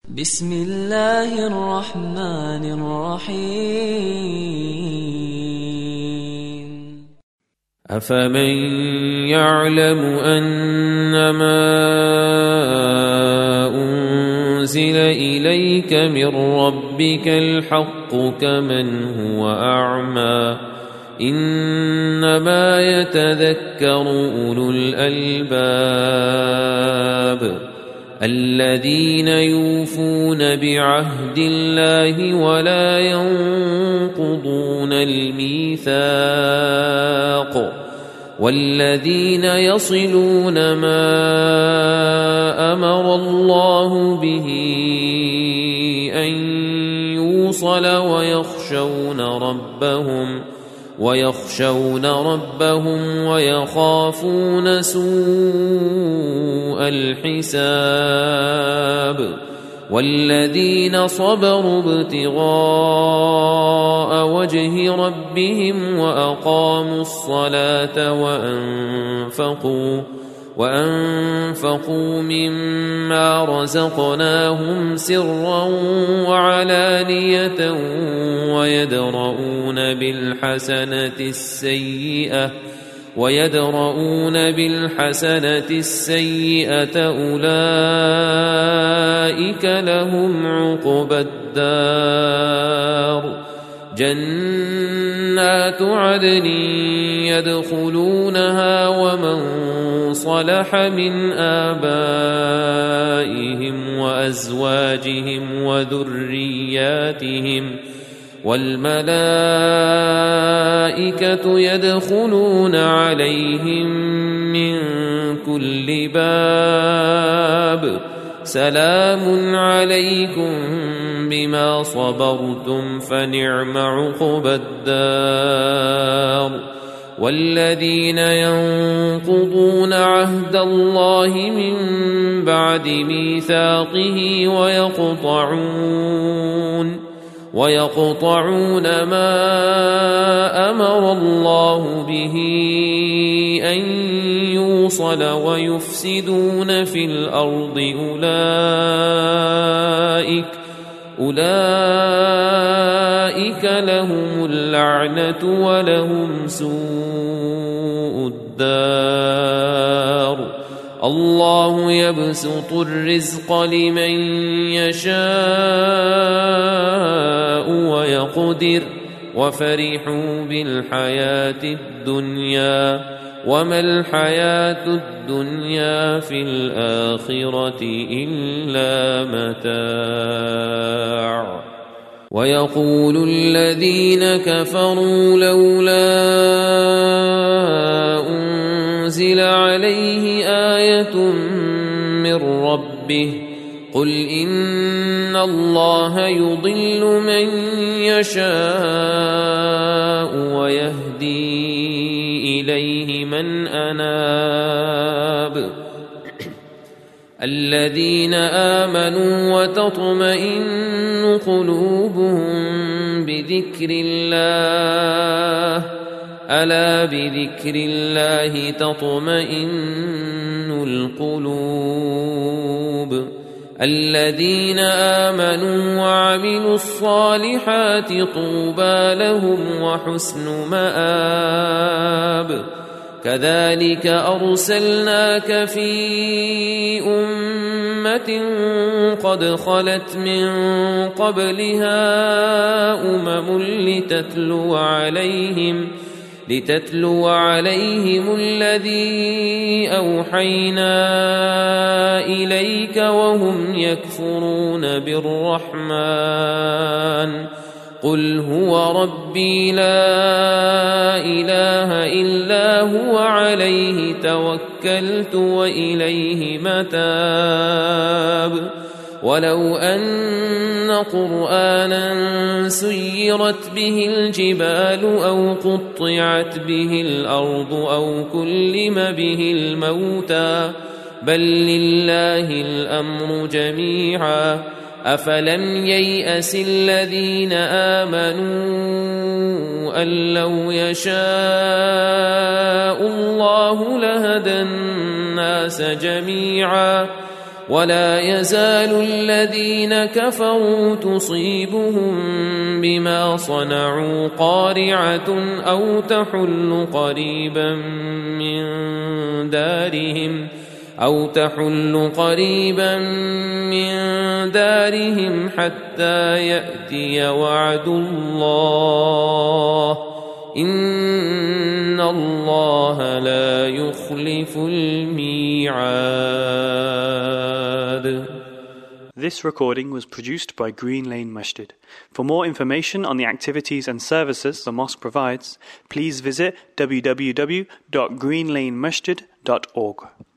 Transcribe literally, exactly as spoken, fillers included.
بسم الله الرحمن الرحيم. أفمن يعلم أنما أنزل إليك من ربك الحق كمن هو أعمى إنما يتذكر أولو الألباب الذين يوفون بعهد الله ولا ينقضون الميثاق والذين يصلون ما أمر الله به أن يوصل ويخشون ربهم ويخشون ربهم ويخافون سوء الحساب والذين صبروا ابتغاء وجه ربهم وأقاموا الصلاة وأنفقوا وأنفقوا مما رزقناهم سرا وعلانية ويدرؤون بالحسنة السيئة ويدرؤون بالحسنة السيئة أولئك لهم عقبى الدار جنات عدن يدخلونها ومن صلح من آبائهم وأزواجهم وذرياتهم والملائكة يدخلون عليهم من كل باب سلام عليكم بما صبرتم فنعم عقبى الدار والذين ينقضون عهد الله من بعد ميثاقه ويقطعون ويقطعون ما أمر الله به أن يوصل ويفسدون في الأرض أولئك أولئك لهم اللعنة ولهم سوء الدار الله يبسط الرزق لمن يشاء ويقدر وفرحوا بالحياة الدنيا وما الحياة الدنيا في الآخرة إلا متاع ويقول الذين كفروا لولا أنزل عليه آية من ربه قل إن الله يضل من يشاء ويهدي إليه من أناب الذين آمنوا وتطمئن قلوبهم بذكر الله ألا بذكر الله تطمئن القلوب الذين آمنوا وعملوا الصالحات طوبى لهم وحسن مآب كذلك أرسلناك في أمة قد خلت من قبلها أمم لتتلو عليهم لتتلو عليهم الذي أوحينا إليك وهم يكفرون بالرحمن قل هو ربي لا إله إلا هو عليه توكلت وإليه متاب ولو أن قرآنا سيرت به الجبال أو قطعت به الأرض أو كلم به الموتى بل لله الأمر جميعا أفلم ييأس الذين آمنوا أن لو يشاء الله لهدى الناس جميعا ولا يزال الذين كفروا تصيبهم بما صنعوا قارعة أو تحل قريبا من دارهم أو تحل قريبا من دارهم حتى يأتي وعد الله إن الله لا يخلف الميعاد. This recording was produced by Green Lane Masjid. For more information on the activities and services the mosque provides, please visit w w w dot green lane masjid dot org.